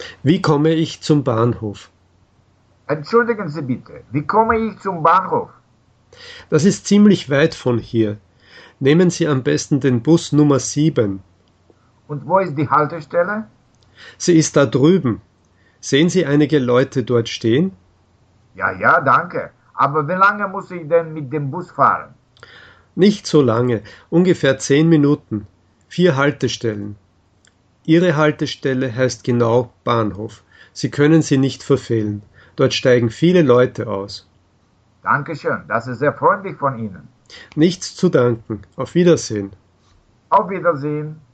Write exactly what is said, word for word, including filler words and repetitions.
Wie komme ich zum Bahnhof? Entschuldigen Sie bitte, wie komme ich zum Bahnhof? Das ist ziemlich weit von hier. Nehmen Sie am besten den Bus Nummer sieben. Und wo ist die Haltestelle? Sie ist da drüben. Sehen Sie einige Leute dort stehen? Ja, ja, danke. Aber wie lange muss ich denn mit dem Bus fahren? Nicht so lange, ungefähr zehn Minuten. Vier Haltestellen. Ihre Haltestelle heißt genau Bahnhof. Sie können sie nicht verfehlen. Dort steigen viele Leute aus. Dankeschön, das ist sehr freundlich von Ihnen. Nichts zu danken. Auf Wiedersehen. Auf Wiedersehen.